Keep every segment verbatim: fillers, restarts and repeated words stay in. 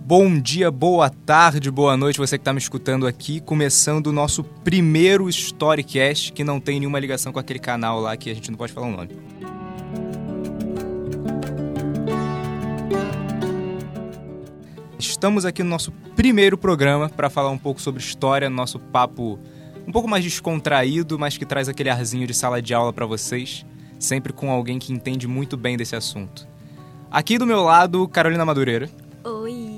Bom dia, boa tarde, boa noite, você que está me escutando aqui, começando o nosso primeiro Storycast, que não tem nenhuma ligação com aquele canal lá que a gente não pode falar o nome. Estamos aqui no nosso primeiro programa para falar um pouco sobre história, nosso papo um pouco mais descontraído, mas que traz aquele arzinho de sala de aula para vocês, sempre com alguém que entende muito bem desse assunto. Aqui do meu lado, Carolina Madureira. Oi!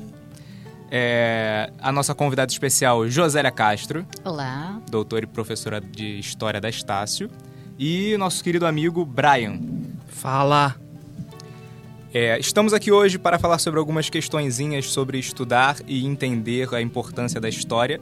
É, a nossa convidada especial, Josélia Castro. Olá. Doutora e professora de História da Estácio. E nosso querido amigo Brian. Fala! É, estamos aqui hoje para falar sobre algumas questõezinhas sobre estudar e entender a importância da história.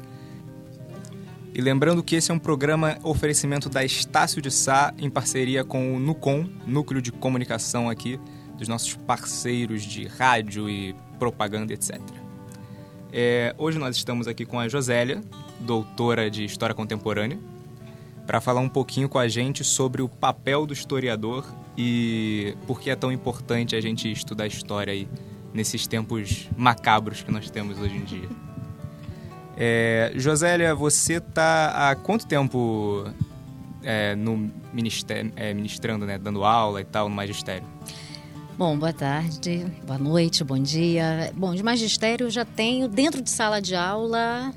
E lembrando que esse é um programa oferecimento da Estácio de Sá, em parceria com o NUCOM, Núcleo de Comunicação aqui, dos nossos parceiros de rádio e propaganda, etcétera. É, hoje nós estamos aqui com a Josélia, doutora de História Contemporânea, para falar um pouquinho com a gente sobre o papel do historiador e por que é tão importante a gente estudar história aí nesses tempos macabros que nós temos hoje em dia. É, Josélia, você está há quanto tempo é, no ministério, é, ministrando, né, dando aula e tal, no magistério? Bom, boa tarde, boa noite, bom dia. Bom, de magistério eu já tenho, dentro de sala de aula,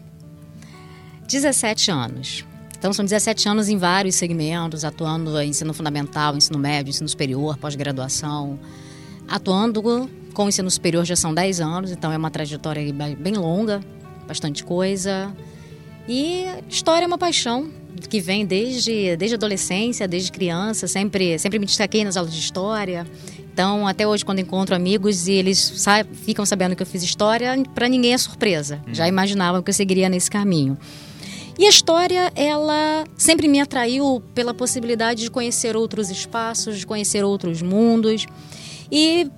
dezessete anos. Então, são dezessete anos em vários segmentos, atuando em ensino fundamental, ensino médio, ensino superior, pós-graduação. Atuando com o ensino superior já são dez anos, então é uma trajetória bem longa, bastante coisa. E história é uma paixão que vem desde, desde a adolescência, desde criança, sempre, sempre me destaquei nas aulas de história. Então, até hoje, quando encontro amigos e eles sa- ficam sabendo que eu fiz história, para ninguém é surpresa. Hum. Já imaginavam que eu seguiria nesse caminho. E a história, ela sempre me atraiu pela possibilidade de conhecer outros espaços, de conhecer outros mundos. E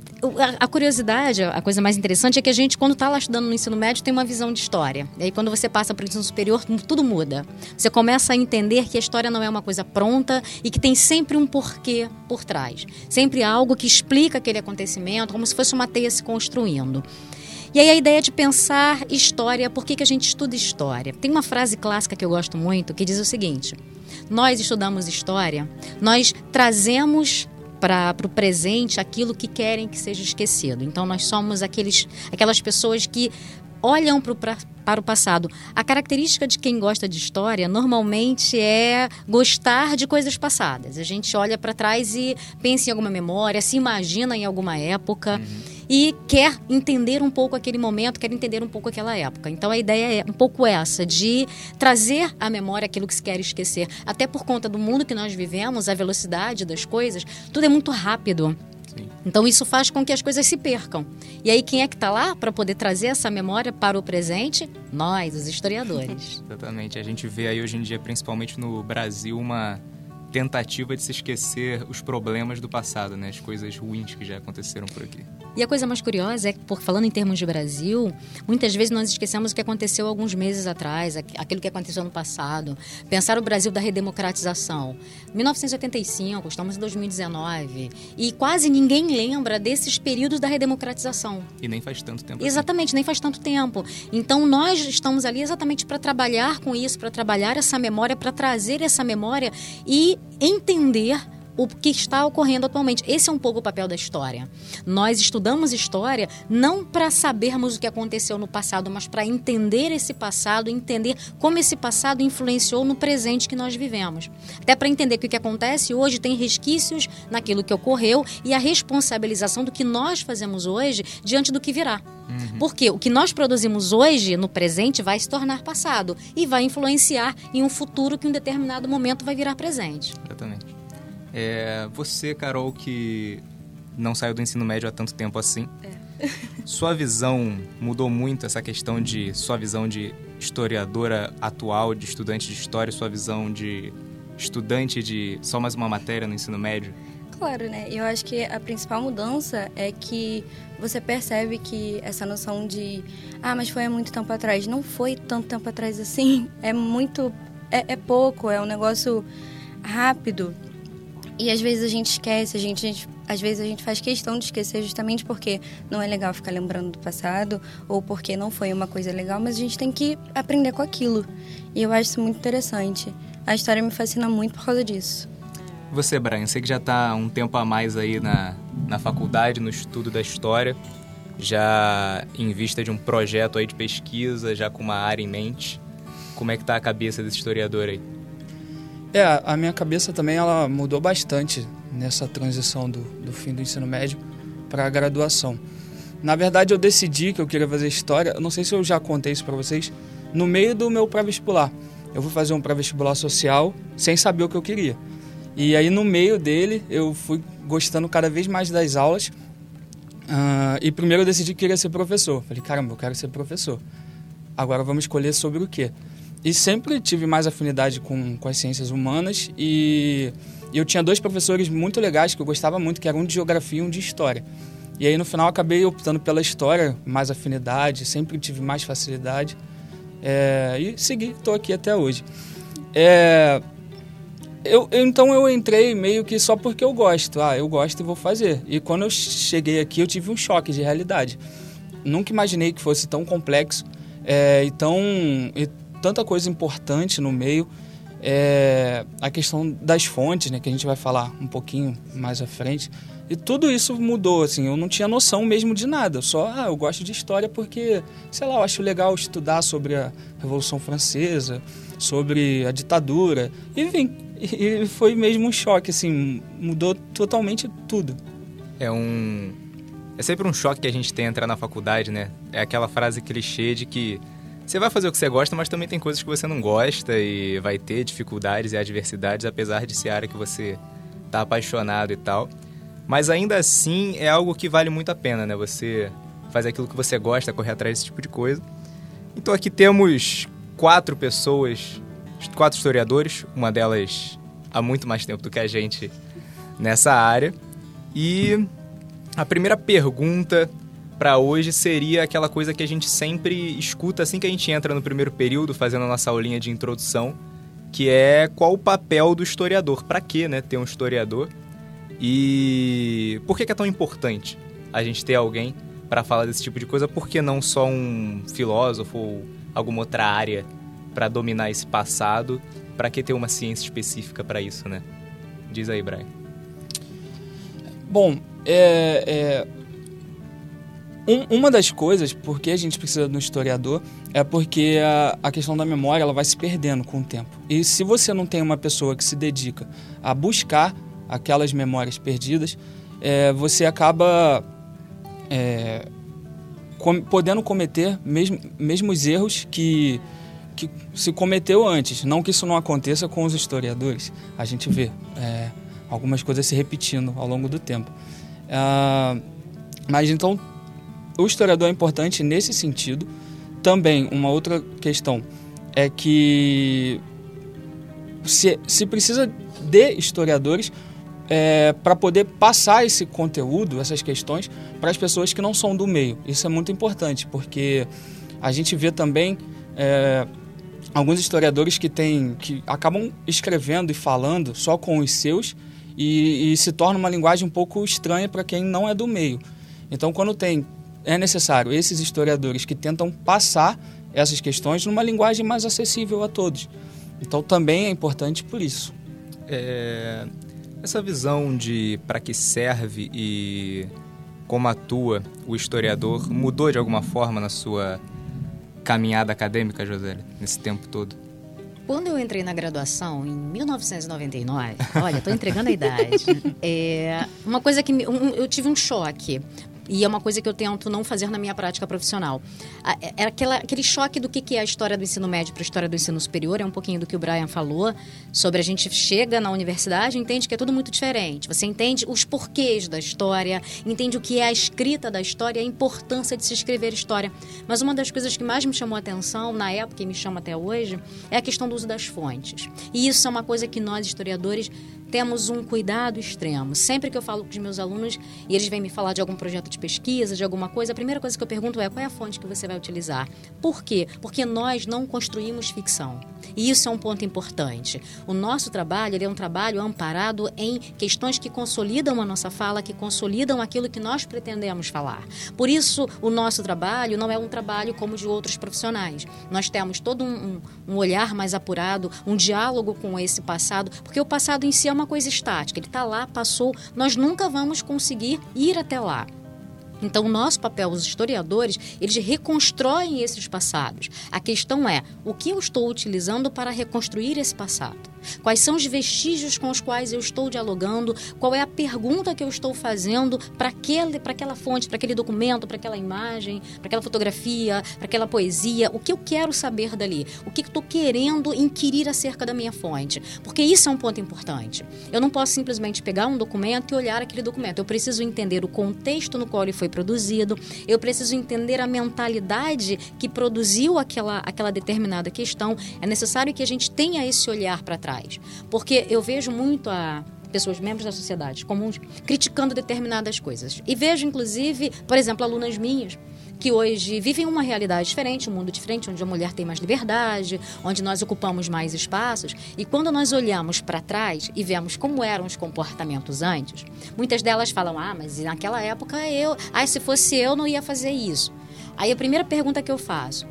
a curiosidade, a coisa mais interessante é que a gente, quando está lá estudando no ensino médio, tem uma visão de história. E aí, quando você passa para o ensino superior, tudo muda. Você começa a entender que a história não é uma coisa pronta e que tem sempre um porquê por trás. Sempre algo que explica aquele acontecimento, como se fosse uma teia se construindo. E aí a ideia de pensar história, por que que a gente estuda história? Tem uma frase clássica que eu gosto muito, que diz o seguinte: nós estudamos história, nós trazemos para o presente aquilo que querem que seja esquecido. Então, nós somos aqueles, aquelas pessoas que olham pro, pra, para o passado. A característica de quem gosta de história, normalmente, é gostar de coisas passadas. A gente olha para trás e pensa em alguma memória, se imagina em alguma época, uhum, e quer entender um pouco aquele momento, quer entender um pouco aquela época. Então, a ideia é um pouco essa, de trazer à memória aquilo que se quer esquecer. Até por conta do mundo que nós vivemos, a velocidade das coisas, tudo é muito rápido. Sim. Então, isso faz com que as coisas se percam. E aí, quem é que está lá para poder trazer essa memória para o presente? Nós, os historiadores. Exatamente. A gente vê aí hoje em dia, principalmente no Brasil, uma tentativa de se esquecer os problemas do passado, né? As coisas ruins que já aconteceram por aqui. E a coisa mais curiosa é que, por, falando em termos de Brasil, muitas vezes nós esquecemos o que aconteceu alguns meses atrás, aquilo que aconteceu no passado. Pensar o Brasil da redemocratização. mil novecentos e oitenta e cinco, estamos em dois mil e dezenove, e quase ninguém lembra desses períodos da redemocratização. E nem faz tanto tempo. Exatamente, assim. nem faz tanto tempo. Então, nós estamos ali exatamente para trabalhar com isso, para trabalhar essa memória, para trazer essa memória e entender o que está ocorrendo atualmente. Esse é um pouco o papel da história. Nós estudamos história não para sabermos o que aconteceu no passado, mas para entender esse passado, entender como esse passado influenciou no presente que nós vivemos. Até para entender que o que acontece hoje tem resquícios naquilo que ocorreu e a responsabilização do que nós fazemos hoje diante do que virá. Uhum. Porque o que nós produzimos hoje, no presente, vai se tornar passado e vai influenciar em um futuro que em um determinado momento vai virar presente. Exatamente. É, você, Carol, que não saiu do ensino médio há tanto tempo assim, é. Sua visão mudou muito, essa questão de sua visão de historiadora atual, de estudante de história, sua visão de estudante de só mais uma matéria no ensino médio? Claro, né? Eu acho que a principal mudança é que você percebe que essa noção de ah, mas foi há muito tempo atrás, não foi tanto tempo atrás assim, é muito, é, é pouco, é um negócio rápido. E às vezes a gente esquece, a gente, a gente às vezes a gente faz questão de esquecer justamente porque não é legal ficar lembrando do passado ou porque não foi uma coisa legal, mas a gente tem que aprender com aquilo. E eu acho isso muito interessante. A história me fascina muito por causa disso. Você, Brian, você que já está um tempo a mais aí na, na faculdade, no estudo da história, já em vista de um projeto aí de pesquisa, já com uma área em mente, como é que está a cabeça desse historiador aí? É, a minha cabeça também ela mudou bastante nessa transição do, do fim do ensino médio para a graduação. Na verdade, eu decidi que eu queria fazer história, eu não sei se eu já contei isso para vocês, no meio do meu pré-vestibular. Eu fui fazer um pré-vestibular social sem saber o que eu queria. E aí, no meio dele, eu fui gostando cada vez mais das aulas. Uh, e primeiro eu decidi que queria ser professor. Falei, caramba, eu quero ser professor. Agora vamos escolher sobre o quê? E sempre tive mais afinidade com, com as ciências humanas. E, e eu tinha dois professores muito legais que eu gostava muito, que eram um de geografia e um de história. E aí, no final, eu acabei optando pela história, mais afinidade, sempre tive mais facilidade. É, e segui, estou aqui até hoje. É... Eu, eu, então eu entrei meio que só porque eu gosto. Ah, eu gosto e vou fazer. E quando eu cheguei aqui, eu tive um choque de realidade. Nunca imaginei que fosse tão complexo é, e, tão, e tanta coisa importante no meio. É, a questão das fontes, né, que a gente vai falar um pouquinho mais à frente. E tudo isso mudou, assim, eu não tinha noção mesmo de nada. Só, ah, eu gosto de história porque, sei lá, eu acho legal estudar sobre a Revolução Francesa, sobre a ditadura. E vim. E foi mesmo um choque, assim, mudou totalmente tudo. É um... É sempre um choque que a gente tem entrar na faculdade, né? É aquela frase clichê de que você vai fazer o que você gosta, mas também tem coisas que você não gosta e vai ter dificuldades e adversidades, apesar de ser a área que você tá apaixonado e tal. Mas ainda assim é algo que vale muito a pena, né? Você faz aquilo que você gosta, correr atrás desse tipo de coisa. Então aqui temos quatro pessoas... quatro historiadores, uma delas há muito mais tempo do que a gente nessa área. E a primeira pergunta para hoje seria aquela coisa que a gente sempre escuta assim que a gente entra no primeiro período, fazendo a nossa aulinha de introdução, que é qual o papel do historiador? Para que, né, ter um historiador? E por que é tão importante a gente ter alguém para falar desse tipo de coisa? Por que não só um filósofo ou alguma outra área para dominar esse passado? Para que ter uma ciência específica para isso, né? Diz aí, Brian. Bom, é, é, um, uma das coisas por que a gente precisa de um historiador é porque a, a questão da memória ela vai se perdendo com o tempo. E se você não tem uma pessoa que se dedica a buscar aquelas memórias perdidas, é, você acaba é, com, podendo cometer mesmo, mesmos erros que... que se cometeu antes. Não que isso não aconteça com os historiadores. A gente vê é, algumas coisas se repetindo ao longo do tempo. Uh, mas então, o historiador é importante nesse sentido. Também, uma outra questão é que se, se precisa de historiadores é, para poder passar esse conteúdo, essas questões, para as pessoas que não são do meio. Isso é muito importante, porque a gente vê também... É, alguns historiadores que, tem, que acabam escrevendo e falando só com os seus e, e se torna uma linguagem um pouco estranha para quem não é do meio. Então, quando tem, é necessário esses historiadores que tentam passar essas questões numa linguagem mais acessível a todos. Então, também é importante por isso. É, essa visão de para que serve e como atua o historiador mudou de alguma forma na sua caminhada acadêmica, Josélia, nesse tempo todo? Quando eu entrei na graduação, em mil novecentos e noventa e nove, olha, estou entregando a idade, é, uma coisa que me, um, eu tive um choque. E é uma coisa que eu tento não fazer na minha prática profissional. É aquela, aquele choque do que é a história do ensino médio para a história do ensino superior. É um pouquinho do que o Brian falou sobre a gente chega na universidade e entende que é tudo muito diferente. Você entende os porquês da história, entende o que é a escrita da história, a importância de se escrever história. Mas uma das coisas que mais me chamou a atenção na época e me chama até hoje é a questão do uso das fontes. E isso é uma coisa que nós, historiadores, temos um cuidado extremo. Sempre que eu falo com os meus alunos e eles vêm me falar de algum projeto de de pesquisa, de alguma coisa, a primeira coisa que eu pergunto é qual é a fonte que você vai utilizar. Por quê? Porque nós não construímos ficção. E isso é um ponto importante. O nosso trabalho ele é um trabalho amparado em questões que consolidam a nossa fala, que consolidam aquilo que nós pretendemos falar. Por isso, o nosso trabalho não é um trabalho como o de outros profissionais. Nós temos todo um, um, um olhar mais apurado, um diálogo com esse passado, porque o passado em si é uma coisa estática. Ele está lá, passou, nós nunca vamos conseguir ir até lá. Então, o nosso papel, os historiadores, eles reconstroem esses passados. A questão é, o que eu estou utilizando para reconstruir esse passado? Quais são os vestígios com os quais eu estou dialogando? Qual é a pergunta que eu estou fazendo para aquele, para aquela fonte, para aquele documento, para aquela imagem, para aquela fotografia, para aquela poesia? O que eu quero saber dali? O que eu estou querendo inquirir acerca da minha fonte? Porque isso é um ponto importante. Eu não posso simplesmente pegar um documento e olhar aquele documento. Eu preciso entender o contexto no qual ele foi produzido, eu preciso entender a mentalidade que produziu aquela, aquela determinada questão. É necessário que a gente tenha esse olhar para trás. Porque eu vejo muito a pessoas, membros da sociedade comuns, criticando determinadas coisas. E vejo, inclusive, por exemplo, alunas minhas, que hoje vivem uma realidade diferente, um mundo diferente, onde a mulher tem mais liberdade, onde nós ocupamos mais espaços. E quando nós olhamos para trás e vemos como eram os comportamentos antes, muitas delas falam, ah, mas naquela época eu, ah, se fosse eu, não ia fazer isso. Aí a primeira pergunta que eu faço,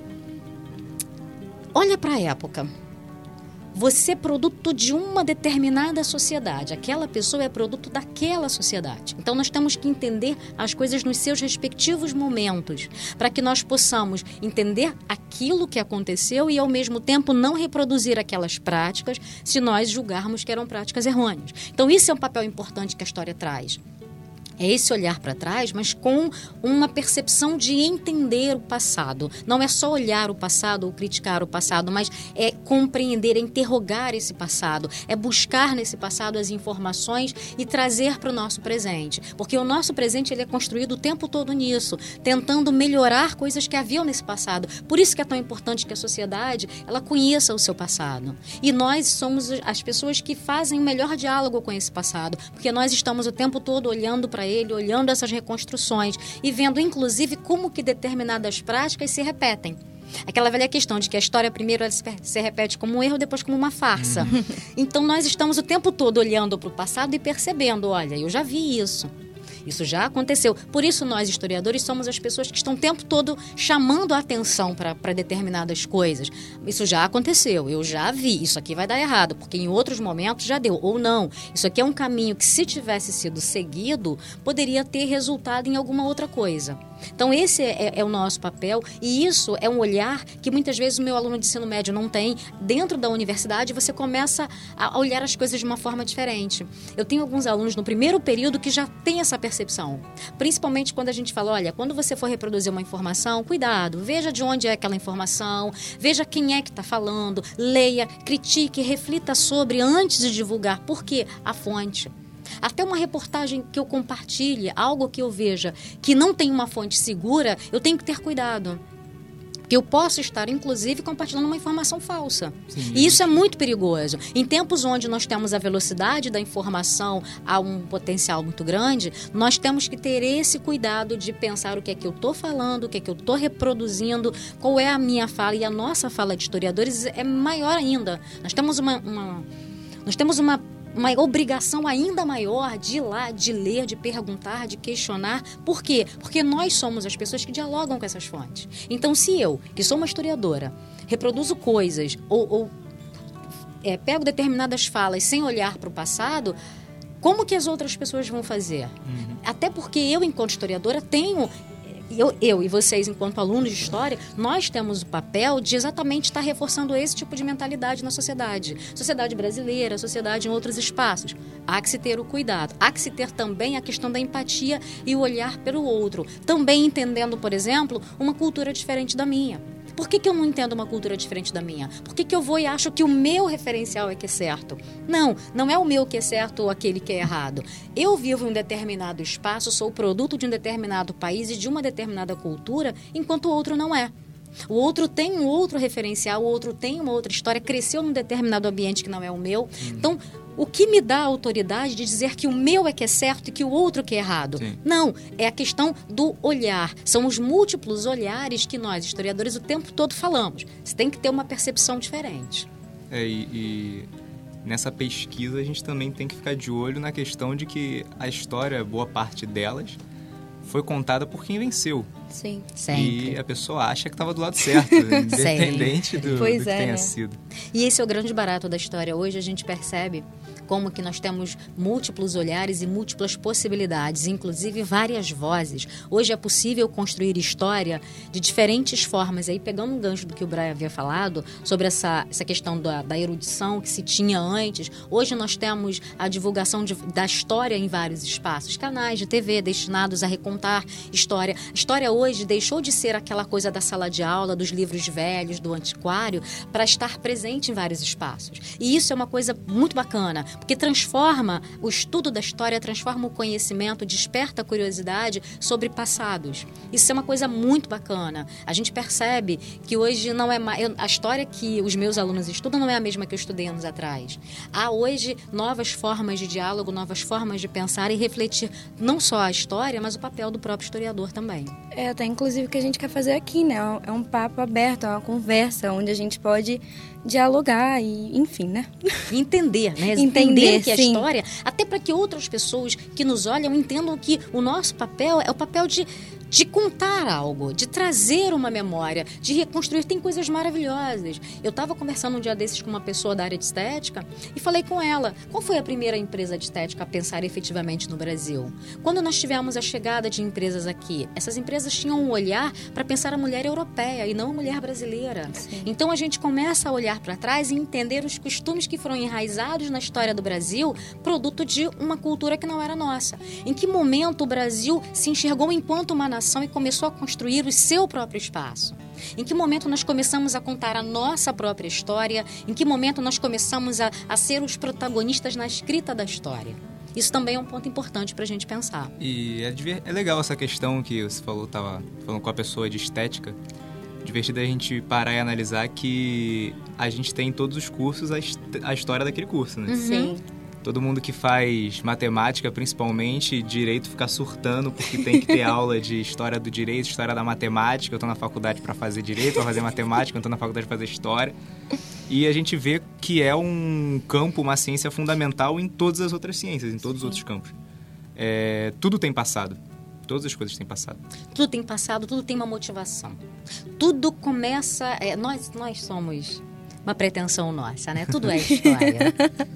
olha para a época. Você é produto de uma determinada sociedade. Aquela pessoa é produto daquela sociedade. Então, nós temos que entender as coisas nos seus respectivos momentos, para que nós possamos entender aquilo que aconteceu e, ao mesmo tempo, não reproduzir aquelas práticas se nós julgarmos que eram práticas errôneas. Então, isso é um papel importante que a história traz. É esse olhar para trás, mas com uma percepção de entender o passado. Não é só olhar o passado ou criticar o passado, mas é compreender, é interrogar esse passado, é buscar nesse passado as informações e trazer para o nosso presente. Porque o nosso presente ele é construído o tempo todo nisso, tentando melhorar coisas que haviam nesse passado. Por isso que é tão importante que a sociedade ela conheça o seu passado. E nós somos as pessoas que fazem o melhor diálogo com esse passado, porque nós estamos o tempo todo olhando para ele, olhando essas reconstruções e vendo, inclusive, como que determinadas práticas se repetem. Aquela velha questão de que a história primeiro ela se repete como um erro, depois como uma farsa. Uhum. Então, nós estamos o tempo todo olhando para o passado e percebendo, olha, eu já vi isso. Isso já aconteceu. Por isso, nós, historiadores, somos as pessoas que estão o tempo todo chamando a atenção para determinadas coisas. Isso já aconteceu, eu já vi. Isso aqui vai dar errado, porque em outros momentos já deu. Ou não. Isso aqui é um caminho que, se tivesse sido seguido, poderia ter resultado em alguma outra coisa. Então, esse é, é o nosso papel e isso é um olhar que muitas vezes o meu aluno de ensino médio não tem. Dentro da universidade, você começa a olhar as coisas de uma forma diferente. Eu tenho alguns alunos no primeiro período que já têm essa percepção. Principalmente quando a gente fala, olha, quando você for reproduzir uma informação, cuidado, veja de onde é aquela informação, veja quem é que está falando, leia, critique, reflita sobre antes de divulgar. Por quê? A fonte. Até uma reportagem que eu compartilhe, algo que eu veja que não tem uma fonte segura, eu tenho que ter cuidado. Porque eu posso estar, inclusive, compartilhando uma informação falsa. Sim. E isso é muito perigoso. Em tempos onde nós temos a velocidade da informação a um potencial muito grande, nós temos que ter esse cuidado de pensar o que é que eu estou falando, o que é que eu estou reproduzindo, qual é a minha fala. E a nossa fala de historiadores é maior ainda. Nós temos uma... uma nós temos uma uma obrigação ainda maior de ir lá, de ler, de perguntar, de questionar. Por quê? Porque nós somos as pessoas que dialogam com essas fontes. Então, se eu, que sou uma historiadora, reproduzo coisas ou, ou é, pego determinadas falas sem olhar para o passado, como que as outras pessoas vão fazer? Uhum. Até porque eu, enquanto historiadora, tenho... Eu, eu e vocês, enquanto alunos de história, nós temos o papel de exatamente estar reforçando esse tipo de mentalidade na sociedade. Sociedade brasileira, sociedade em outros espaços. Há que se ter o cuidado. Há que se ter também a questão da empatia e o olhar pelo outro. Também entendendo, por exemplo, uma cultura diferente da minha. Por que que eu não entendo uma cultura diferente da minha? Por que que eu vou e acho que o meu referencial é que é certo? Não, não é o meu que é certo ou aquele que é errado. Eu vivo em um determinado espaço, sou produto de um determinado país e de uma determinada cultura, enquanto o outro não é. O outro tem um outro referencial, o outro tem uma outra história, cresceu num determinado ambiente que não é o meu. Hum. Então, o que me dá a autoridade de dizer que o meu é que é certo e que o outro que é errado? Sim. Não, é a questão do olhar. São os múltiplos olhares que nós, historiadores, o tempo todo falamos. Você tem que ter uma percepção diferente. É, e, e nessa pesquisa a gente também tem que ficar de olho na questão de que a história, boa parte delas, foi contada por quem venceu. Sim. Sempre. E a pessoa acha que estava do lado certo, independente do, Pois do que é, tenha né? sido. E esse é o grande barato da história. Hoje a gente percebe como que nós temos múltiplos olhares e múltiplas possibilidades, inclusive várias vozes. Hoje é possível construir história de diferentes formas. Aí, pegando um gancho do que o Brian havia falado, sobre essa, essa questão da, da erudição que se tinha antes, hoje nós temos a divulgação de, da história em vários espaços, canais de T V destinados a recontar história. A história hoje deixou de ser aquela coisa da sala de aula, dos livros velhos, do antiquário, para estar presente em vários espaços. E isso é uma coisa muito bacana, porque transforma o estudo da história, transforma o conhecimento, desperta a curiosidade sobre passados. Isso é uma coisa muito bacana. A gente percebe que hoje não é mais... A história que os meus alunos estudam não é a mesma que eu estudei anos atrás. Há hoje novas formas de diálogo, novas formas de pensar e refletir não só a história, mas o papel do próprio historiador também. É até inclusive o que a gente quer fazer aqui, né? É um papo aberto, é uma conversa onde a gente pode dialogar e, enfim, né? Entender, né? Entender, Entender que a sim. história, até para que outras pessoas que nos olham entendam que o nosso papel é o papel de, de contar algo, de trazer uma memória, de reconstruir. Tem coisas maravilhosas. Eu estava conversando um dia desses com uma pessoa da área de estética e falei com ela, qual foi a primeira empresa de estética a pensar efetivamente no Brasil? Quando nós tivemos a chegada de empresas aqui, essas empresas tinham um olhar para pensar a mulher europeia e não a mulher brasileira. Sim. Então a gente começa a olhar para trás e entender os costumes que foram enraizados na história do Brasil, produto de uma cultura que não era nossa. Em que momento o Brasil se enxergou enquanto uma nação e começou a construir o seu próprio espaço? Em que momento nós começamos a contar a nossa própria história? Em que momento nós começamos a, a ser os protagonistas na escrita da história? Isso também é um ponto importante para a gente pensar. E é, diver- é legal essa questão que você falou, tava falando com a pessoa de estética. Divertido a gente parar e analisar que a gente tem em todos os cursos a, hist- a história daquele curso, né? Sim. Todo mundo que faz matemática, principalmente, direito, fica surtando porque tem que ter aula de história do direito, história da matemática. Eu tô na faculdade para fazer direito, para fazer matemática, eu tô na faculdade para fazer história. E a gente vê que é um campo, uma ciência fundamental em todas as outras ciências, em todos os outros campos. É, tudo tem passado. Todas as coisas têm passado. Tudo tem passado, tudo tem uma motivação. Tudo começa... é, nós, nós somos uma pretensão nossa, né? Tudo é história.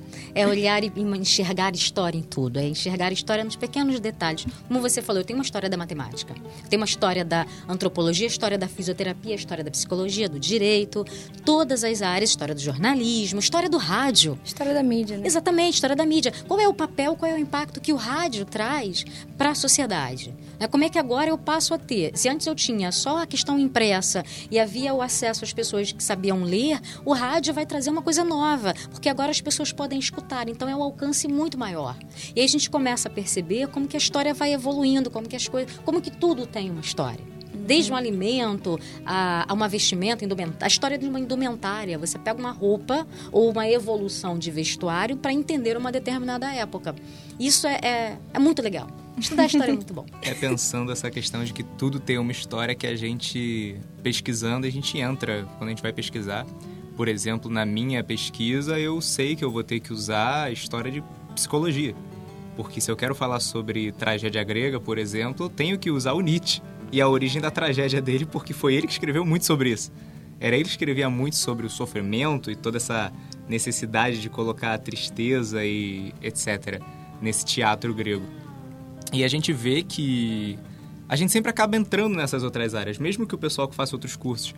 É olhar e enxergar história em tudo. É enxergar história nos pequenos detalhes. Como você falou, eu tenho uma história da matemática. Tenho uma história da antropologia, história da fisioterapia, história da psicologia, do direito. Todas as áreas. História do jornalismo, história do rádio. História da mídia, né? Exatamente, história da mídia. Qual é o papel, qual é o impacto que o rádio traz para a sociedade? Como é que agora eu passo a ter? Se antes eu tinha só a questão impressa e havia o acesso às pessoas que sabiam ler, o rádio vai trazer uma coisa nova, porque agora as pessoas podem escutar, então é um alcance muito maior. E aí a gente começa a perceber como que a história vai evoluindo, como que as coisas, como que tudo tem uma história. Desde um alimento a, a uma vestimenta, a história de uma indumentária. Você pega uma roupa ou uma evolução de vestuário para entender uma determinada época. Isso é, é, é muito legal. Estudar a história é muito bom. É pensando essa questão de que tudo tem uma história que a gente, pesquisando, a gente entra. Quando a gente vai pesquisar, por exemplo, na minha pesquisa, eu sei que eu vou ter que usar a história de psicologia. Porque se eu quero falar sobre tragédia grega, por exemplo, eu tenho que usar o Nietzsche e a origem da tragédia dele, porque foi ele que escreveu muito sobre isso. Era ele que escrevia muito sobre o sofrimento e toda essa necessidade de colocar a tristeza e etcétera nesse teatro grego. E a gente vê que a gente sempre acaba entrando nessas outras áreas, mesmo que o pessoal que faça outros cursos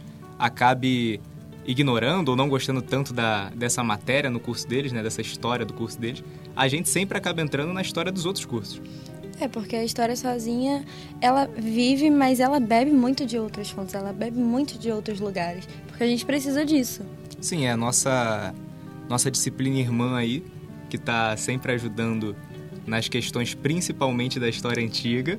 acabe ignorando ou não gostando tanto da, dessa matéria no curso deles, né, dessa história do curso deles, a gente sempre acaba entrando na história dos outros cursos. É, porque a história sozinha, ela vive, mas ela bebe muito de outras fontes, ela bebe muito de outros lugares, porque a gente precisa disso. Sim, é a nossa, nossa disciplina irmã aí, que está sempre ajudando nas questões principalmente da história antiga,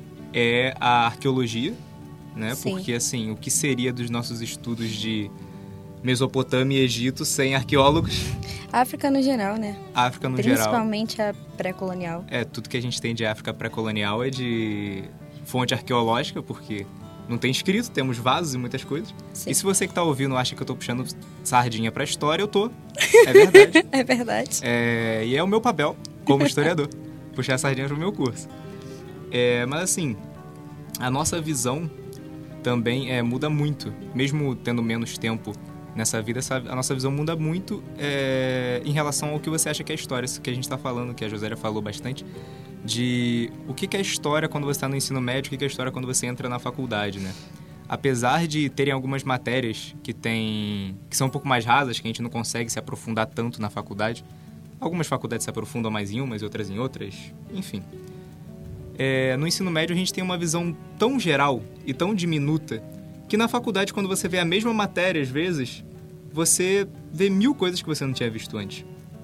é a arqueologia, né? Sim. Porque, assim, o que seria dos nossos estudos de Mesopotâmia e Egito sem arqueólogos. África no geral, né? África no geral. Principalmente a pré-colonial. É, tudo que a gente tem de África pré-colonial é de fonte arqueológica, porque não tem escrito, temos vasos e muitas coisas. Sim. E se você que tá ouvindo acha que eu tô puxando sardinha pra história, eu tô. É verdade. É verdade. É, e é o meu papel, como historiador, puxar a sardinha pro meu curso. É, mas assim, a nossa visão também é, muda muito. Mesmo tendo menos tempo nessa vida, essa, a nossa visão muda muito é, em relação ao que você acha que é história. Isso que a gente tá falando, que a Josélia falou bastante, de o que é história quando você está no ensino médio, o que é história quando você entra na faculdade, né? Apesar de terem algumas matérias que, tem, que são um pouco mais rasas, que a gente não consegue se aprofundar tanto na faculdade, algumas faculdades se aprofundam mais em umas e outras em outras, enfim. É, no ensino médio a gente tem uma visão tão geral e tão diminuta que na faculdade, quando você vê a mesma matéria, às vezes, você vê mil coisas que você não tinha visto antes.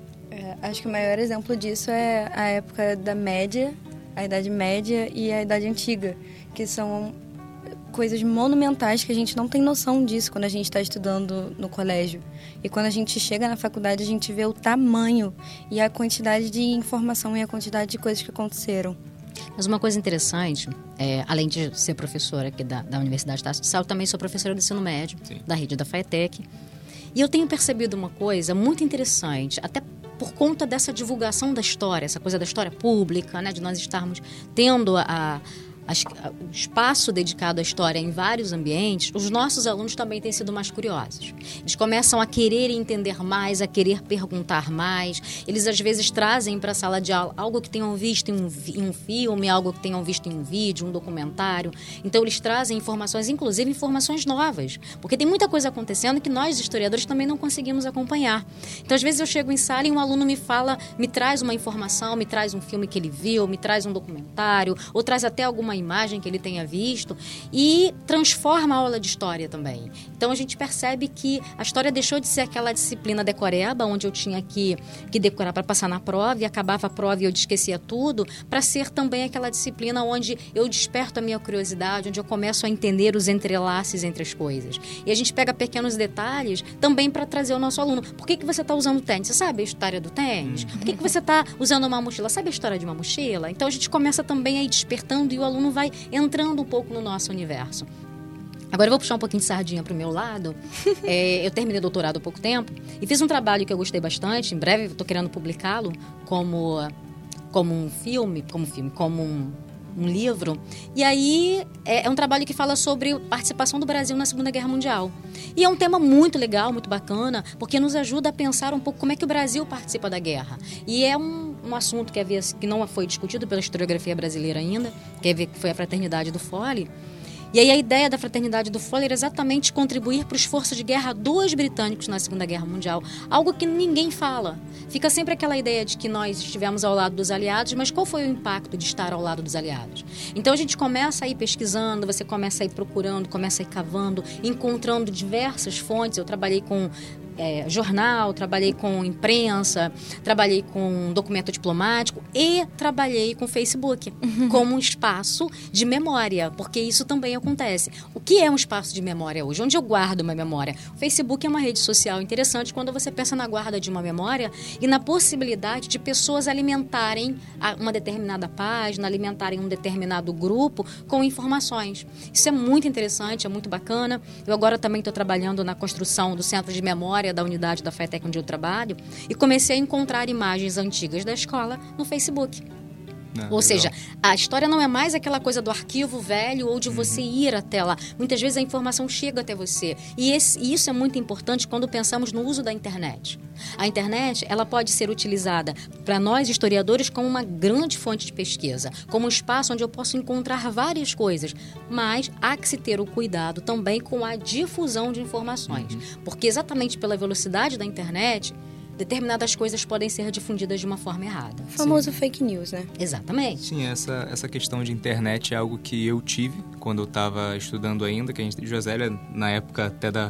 É, acho que o maior exemplo disso é a época da média, a Idade Média e a Idade Antiga, que são coisas monumentais que a gente não tem noção disso quando a gente está estudando no colégio. E quando a gente chega na faculdade, a gente vê o tamanho e a quantidade de informação e a quantidade de coisas que aconteceram. Mas uma coisa interessante, é, além de ser professora aqui da, da Universidade Estácio de Sá, eu também sou professora do ensino médio, Sim. da rede da FATEC. E eu tenho percebido uma coisa muito interessante, até por conta dessa divulgação da história, essa coisa da história pública, né, de nós estarmos tendo a, a, o espaço dedicado à história em vários ambientes, os nossos alunos também têm sido mais curiosos. Eles começam a querer entender mais, a querer perguntar mais. Eles, às vezes, trazem para a sala de aula algo que tenham visto em um, em um filme, algo que tenham visto em um vídeo, um documentário. Então, eles trazem informações, inclusive informações novas. Porque tem muita coisa acontecendo que nós, historiadores, também não conseguimos acompanhar. Então, às vezes, eu chego em sala e um aluno me fala, me traz uma informação, me traz um filme que ele viu, me traz um documentário, ou traz até alguma imagem que ele tenha visto e transforma a aula de história também. Então a gente percebe que a história deixou de ser aquela disciplina decoreba, onde eu tinha que, que decorar para passar na prova e acabava a prova e eu esquecia tudo, para ser também aquela disciplina onde eu desperto a minha curiosidade, onde eu começo a entender os entrelaces entre as coisas. E a gente pega pequenos detalhes também para trazer ao nosso aluno. Por que, que você está usando tênis? Você sabe a história do tênis? Por que, que você está usando uma mochila? Sabe a história de uma mochila? Então a gente começa também a ir despertando e o aluno vai entrando um pouco no nosso universo. Agora eu vou puxar um pouquinho de sardinha para o meu lado. É, eu terminei doutorado há pouco tempo e fiz um trabalho que eu gostei bastante. Em breve estou querendo publicá-lo como, como um filme, como filme, como um, um livro. E aí é, é um trabalho que fala sobre a participação do Brasil na Segunda Guerra Mundial. E é um tema muito legal, muito bacana, porque nos ajuda a pensar um pouco como é que o Brasil participa da guerra. E é um um assunto que, havia, que não foi discutido pela historiografia brasileira ainda, que foi a Fraternidade do Fole. E aí a ideia da Fraternidade do Fole era exatamente contribuir para o esforço de guerra dos britânicos na Segunda Guerra Mundial, algo que ninguém fala. Fica sempre aquela ideia de que nós estivemos ao lado dos aliados, mas qual foi o impacto de estar ao lado dos aliados? Então a gente começa a ir pesquisando, você começa a ir procurando, começa a ir cavando, encontrando diversas fontes. Eu trabalhei com É, jornal, trabalhei com imprensa, trabalhei com documento diplomático e trabalhei com Facebook como um espaço de memória, porque isso também acontece. O que é um espaço de memória hoje? Onde eu guardo uma memória? O Facebook é uma rede social interessante quando você pensa na guarda de uma memória e na possibilidade de pessoas alimentarem uma determinada página, alimentarem um determinado grupo com informações. Isso é muito interessante, é muito bacana. Eu agora também estou trabalhando na construção do Centro de Memória da unidade da FATEC onde eu trabalho e comecei a encontrar imagens antigas da escola no Facebook. Ah, ou legal. Seja, a história não é mais aquela coisa do arquivo velho ou de uhum. você ir até lá. Muitas vezes a informação chega até você. E, esse, e isso é muito importante quando pensamos no uso da internet. A internet, ela pode ser utilizada para nós, historiadores, como uma grande fonte de pesquisa, como um espaço onde eu posso encontrar várias coisas. Mas há que se ter o cuidado também com a difusão de informações. Uhum. Porque exatamente pela velocidade da internet, determinadas coisas podem ser difundidas de uma forma errada. O famoso Sim. fake news, né? Exatamente. Sim, essa, essa questão de internet é algo que eu tive quando eu estava estudando ainda, que a gente, Josélia, na época até da,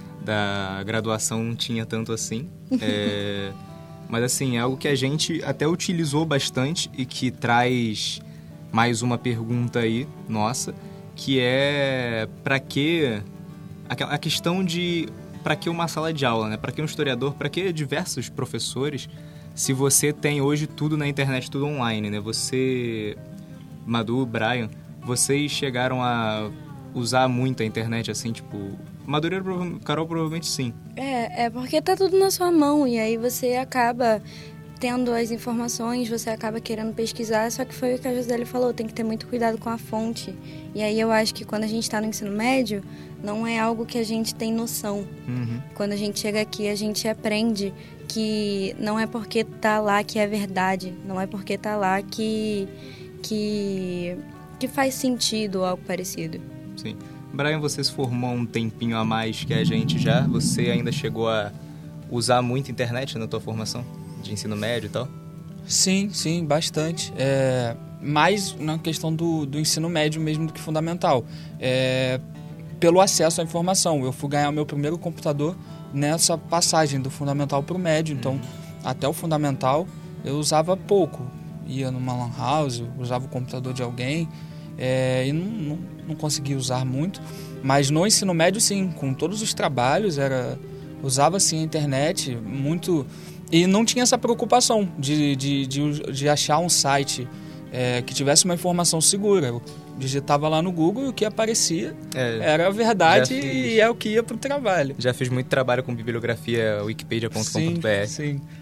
da graduação, não tinha tanto assim. é, mas, assim, é algo que a gente até utilizou bastante e que traz mais uma pergunta aí, nossa, que é para que... A, a questão de para que uma sala de aula, né? Para que um historiador, para que diversos professores, se você tem hoje tudo na internet, tudo online, né? Você, Madu, Brian, vocês chegaram a usar muito a internet, assim, tipo... Madureira, Carol, provavelmente sim. É, é porque tá tudo na sua mão e aí você acaba tendo as informações, você acaba querendo pesquisar, só que foi o que a Joseli falou, tem que ter muito cuidado com a fonte. E aí eu acho que quando a gente está no ensino médio, não é algo que a gente tem noção. Uhum. Quando a gente chega aqui, a gente aprende que não é porque tá lá que é verdade, não é porque tá lá que, que, que faz sentido ou algo parecido. Sim. Brian, você se formou um tempinho a mais que a gente já. Você ainda chegou a usar muito a internet na tua formação de ensino médio e tal? Sim, sim, bastante. É, mais na questão do, do ensino médio mesmo do que fundamental. É, pelo acesso à informação. Eu fui ganhar o meu primeiro computador nessa passagem do fundamental para o médio. Então, uhum. até o fundamental, eu usava pouco. Ia numa lan house, usava o computador de alguém... É, e não, não, não consegui usar muito, mas no ensino médio sim, com todos os trabalhos, era, usava sim a internet muito, e não tinha essa preocupação de, de, de, de achar um site é, que tivesse uma informação segura. Eu digitava lá no Google e o que aparecia é, era a verdade e é o que ia para o trabalho. Já fiz muito trabalho com bibliografia wikipedia ponto com ponto b r. Sim, sim.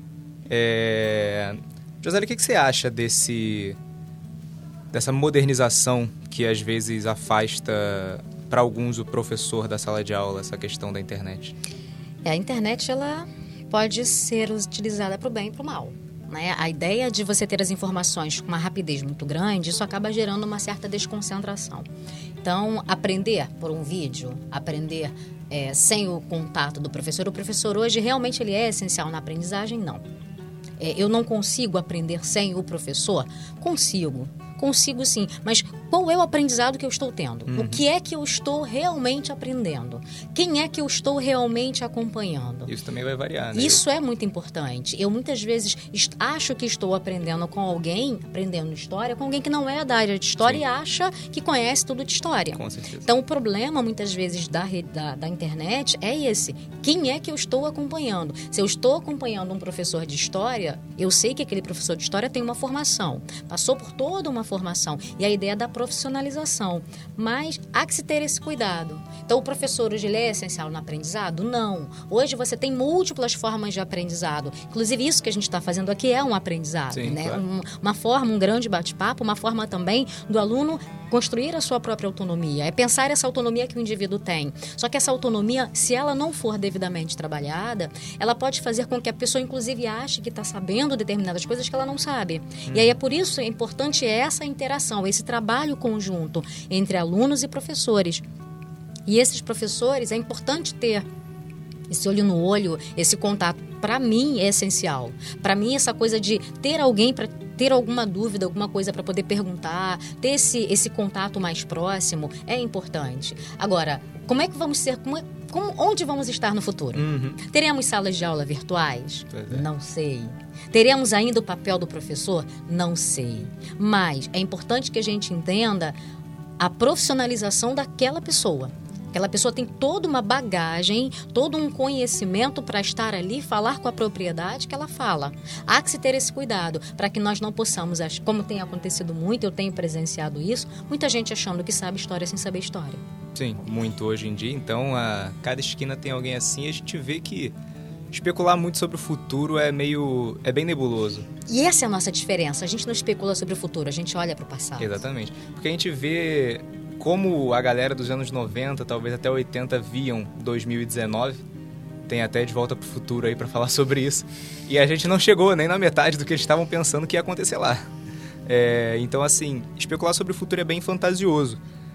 É... Joseli, o que, que você acha desse... dessa modernização que às vezes afasta para alguns o professor da sala de aula, essa questão da internet? É, a internet ela pode ser utilizada para o bem e para o mal, né? A ideia de você ter as informações com uma rapidez muito grande, isso acaba gerando uma certa desconcentração. Então, aprender por um vídeo, aprender é, sem o contato do professor, o professor hoje realmente ele é essencial na aprendizagem? Não. É, eu não consigo aprender sem o professor? Consigo. Consigo sim, mas qual é o aprendizado que eu estou tendo? Uhum. O que é que eu estou realmente aprendendo? Quem é que eu estou realmente acompanhando? Isso também vai variar, né? Isso é muito importante. Eu muitas vezes acho que estou aprendendo com alguém, aprendendo história, com alguém que não é da área de história sim. e acha que conhece tudo de história. Com certeza. Então o problema muitas vezes da, da, da internet é esse. Quem é que eu estou acompanhando? Se eu estou acompanhando um professor de história, eu sei que aquele professor de história tem uma formação, passou por toda uma formação e a ideia da profissionalização, mas há que se ter esse cuidado. Então o professor hoje ele é essencial no aprendizado? Não. Hoje você tem múltiplas formas de aprendizado, inclusive isso que a gente está fazendo aqui é um aprendizado, sim, né? Claro. Um, uma forma, um grande bate-papo, uma forma também do aluno construir a sua própria autonomia, é pensar essa autonomia que o indivíduo tem. Só que essa autonomia, se ela não for devidamente trabalhada, ela pode fazer com que a pessoa, inclusive, ache que está sabendo determinadas coisas que ela não sabe. Hum. E aí é por isso que é importante essa interação, esse trabalho conjunto entre alunos e professores. E esses professores, é importante ter esse olho no olho, esse contato. Para mim é essencial. Para mim essa coisa de ter alguém para ter alguma dúvida, alguma coisa para poder perguntar, ter esse, esse contato mais próximo é importante. Agora, como é que vamos ser, como é, como, onde vamos estar no futuro? Uhum. Teremos salas de aula virtuais? É. Não sei. Teremos ainda o papel do professor? Não sei. Mas é importante que a gente entenda a profissionalização daquela pessoa. Aquela pessoa tem toda uma bagagem, todo um conhecimento para estar ali e falar com a propriedade que ela fala. Há que se ter esse cuidado para que nós não possamos, como tem acontecido muito, eu tenho presenciado isso, muita gente achando que sabe história sem saber história. Sim, muito hoje em dia. Então, a cada esquina tem alguém assim e a gente vê que especular muito sobre o futuro é meio... é bem nebuloso. E essa é a nossa diferença. A gente não especula sobre o futuro, a gente olha para o passado. Exatamente. Porque a gente vê... como a galera dos anos noventa, talvez até oitenta, viam dois mil e dezenove. Tem até De Volta pro Futuro aí pra falar sobre isso. E a gente não chegou nem na metade do que eles estavam pensando que ia acontecer lá. É, então, assim, especular sobre o futuro é bem fantasioso.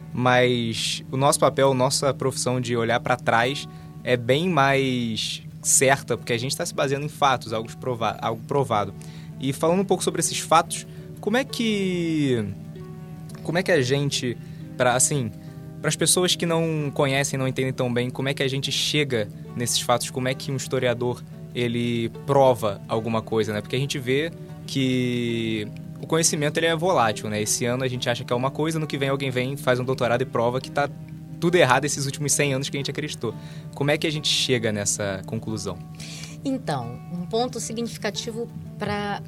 Mas o nosso papel, nossa profissão de olhar pra trás é bem mais certa, porque a gente está se baseando em fatos, algo, prova- algo provado. E falando um pouco sobre esses fatos, como é que... como é que a gente... Para assim, para as pessoas que não conhecem, não entendem tão bem, como é que a gente chega nesses fatos? Como é que um historiador ele prova alguma coisa, né? Porque a gente vê que o conhecimento ele é volátil, né? Esse ano a gente acha que é uma coisa, no que vem alguém vem, faz um doutorado e prova que está tudo errado esses últimos cem anos que a gente acreditou. Como é que a gente chega nessa conclusão? Então, um ponto significativo para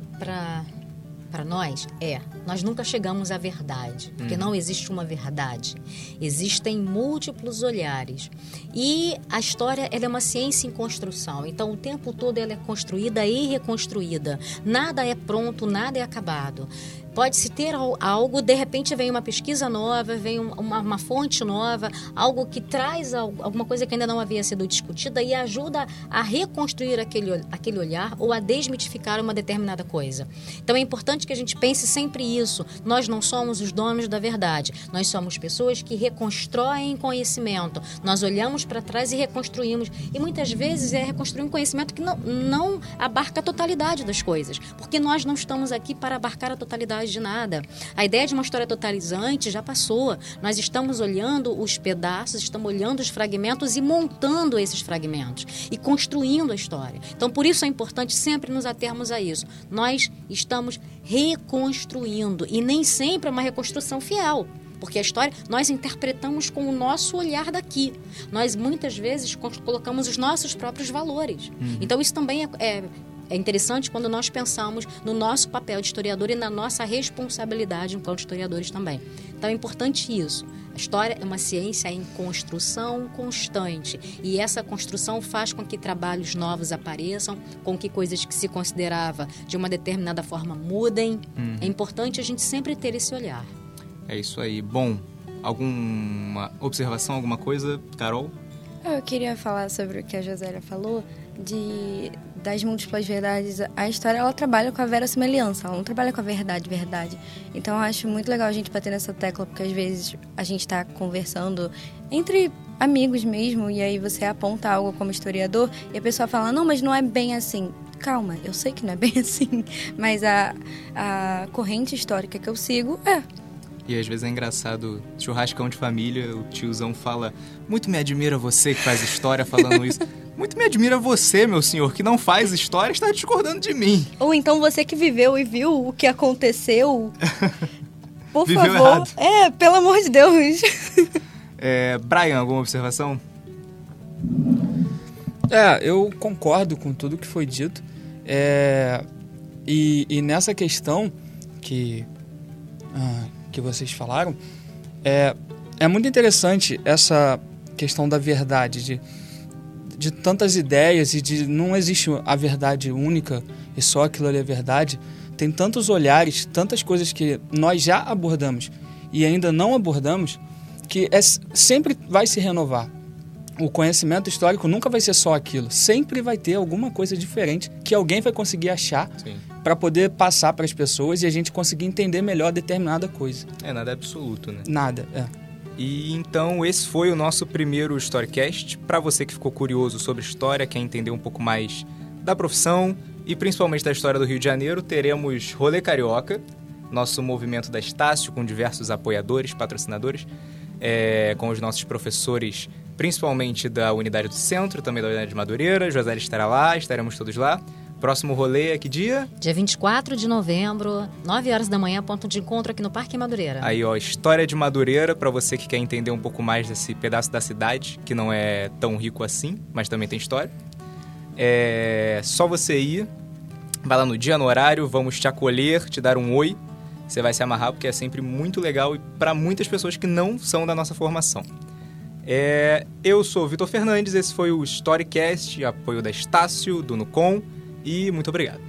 para nós é, nós nunca chegamos à verdade, porque Uhum. não existe uma verdade. Existem múltiplos olhares. E a história, ela é uma ciência em construção. Então, o tempo todo ela é construída e reconstruída. Nada é pronto, nada é acabado. Pode-se ter algo, de repente vem uma pesquisa nova, vem uma, uma fonte nova, algo que traz alguma coisa que ainda não havia sido discutida e ajuda a reconstruir aquele, aquele olhar ou a desmitificar uma determinada coisa. Então é importante que a gente pense sempre isso. Nós não somos os donos da verdade. Nós somos pessoas que reconstroem conhecimento. Nós olhamos para trás e reconstruímos. E muitas vezes é reconstruir um conhecimento que não, não abarca a totalidade das coisas. Porque nós não estamos aqui para abarcar a totalidade de nada. A ideia de uma história totalizante já passou. Nós estamos olhando os pedaços, estamos olhando os fragmentos e montando esses fragmentos e construindo a história. Então, por isso é importante sempre nos atermos a isso. Nós estamos reconstruindo e nem sempre é uma reconstrução fiel. Porque a história nós interpretamos com o nosso olhar daqui. Nós muitas vezes colocamos os nossos próprios valores. Uhum. Então, isso também é... é É interessante quando nós pensamos no nosso papel de historiador e na nossa responsabilidade enquanto historiadores também. Então é importante isso. A história é uma ciência em construção constante e essa construção faz com que trabalhos novos apareçam, com que coisas que se considerava de uma determinada forma mudem. Uhum. É importante a gente sempre ter esse olhar. É isso aí. Bom, alguma observação, alguma coisa, Carol? Eu queria falar sobre o que a Josélia falou, de, das múltiplas verdades. A história, ela trabalha com a verossimilhança, ela não trabalha com a verdade, verdade. Então, eu acho muito legal a gente bater nessa tecla, porque às vezes a gente está conversando entre amigos mesmo, e aí você aponta algo como historiador, e a pessoa fala, não, mas não é bem assim. Calma, eu sei que não é bem assim, mas a, a corrente histórica que eu sigo é... E às vezes é engraçado, churrascão de família, o tiozão fala, muito me admira você que faz história falando isso. Muito me admira você, meu senhor, que não faz história, está discordando de mim. Ou então você que viveu e viu o que aconteceu. Por Viveu favor. Errado. É, pelo amor de Deus. É, Brian, alguma observação? É, eu concordo com tudo que foi dito. É, e, e nessa questão que... Ah, que vocês falaram, é, é muito interessante essa questão da verdade, de, de tantas ideias e de não existe a verdade única e só aquilo ali é verdade. Tem tantos olhares, tantas coisas que nós já abordamos e ainda não abordamos, que é, sempre vai se renovar. O conhecimento histórico nunca vai ser só aquilo, sempre vai ter alguma coisa diferente que alguém vai conseguir achar para poder passar para as pessoas e a gente conseguir entender melhor determinada coisa. É, nada é absoluto, né? Nada, é. E então esse foi o nosso primeiro Storycast. Para você que ficou curioso sobre história, quer entender um pouco mais da profissão e principalmente da história do Rio de Janeiro, teremos Rolê Carioca, nosso movimento da Estácio, com diversos apoiadores, patrocinadores, é, com os nossos professores, principalmente da Unidade do Centro, também da Unidade de Madureira. José estará lá, estaremos todos lá. Próximo rolê é que dia? Dia vinte e quatro de novembro, nove horas da manhã, ponto de encontro aqui no Parque Madureira. Aí, ó, história de Madureira, para você que quer entender um pouco mais desse pedaço da cidade, que não é tão rico assim, mas também tem história. É só você ir, vai lá no dia, no horário, vamos te acolher, te dar um oi. Você vai se amarrar, porque é sempre muito legal e para muitas pessoas que não são da nossa formação. É, eu sou o Vitor Fernandes, esse foi o Storycast, apoio da Estácio, do Nucom, e muito obrigado.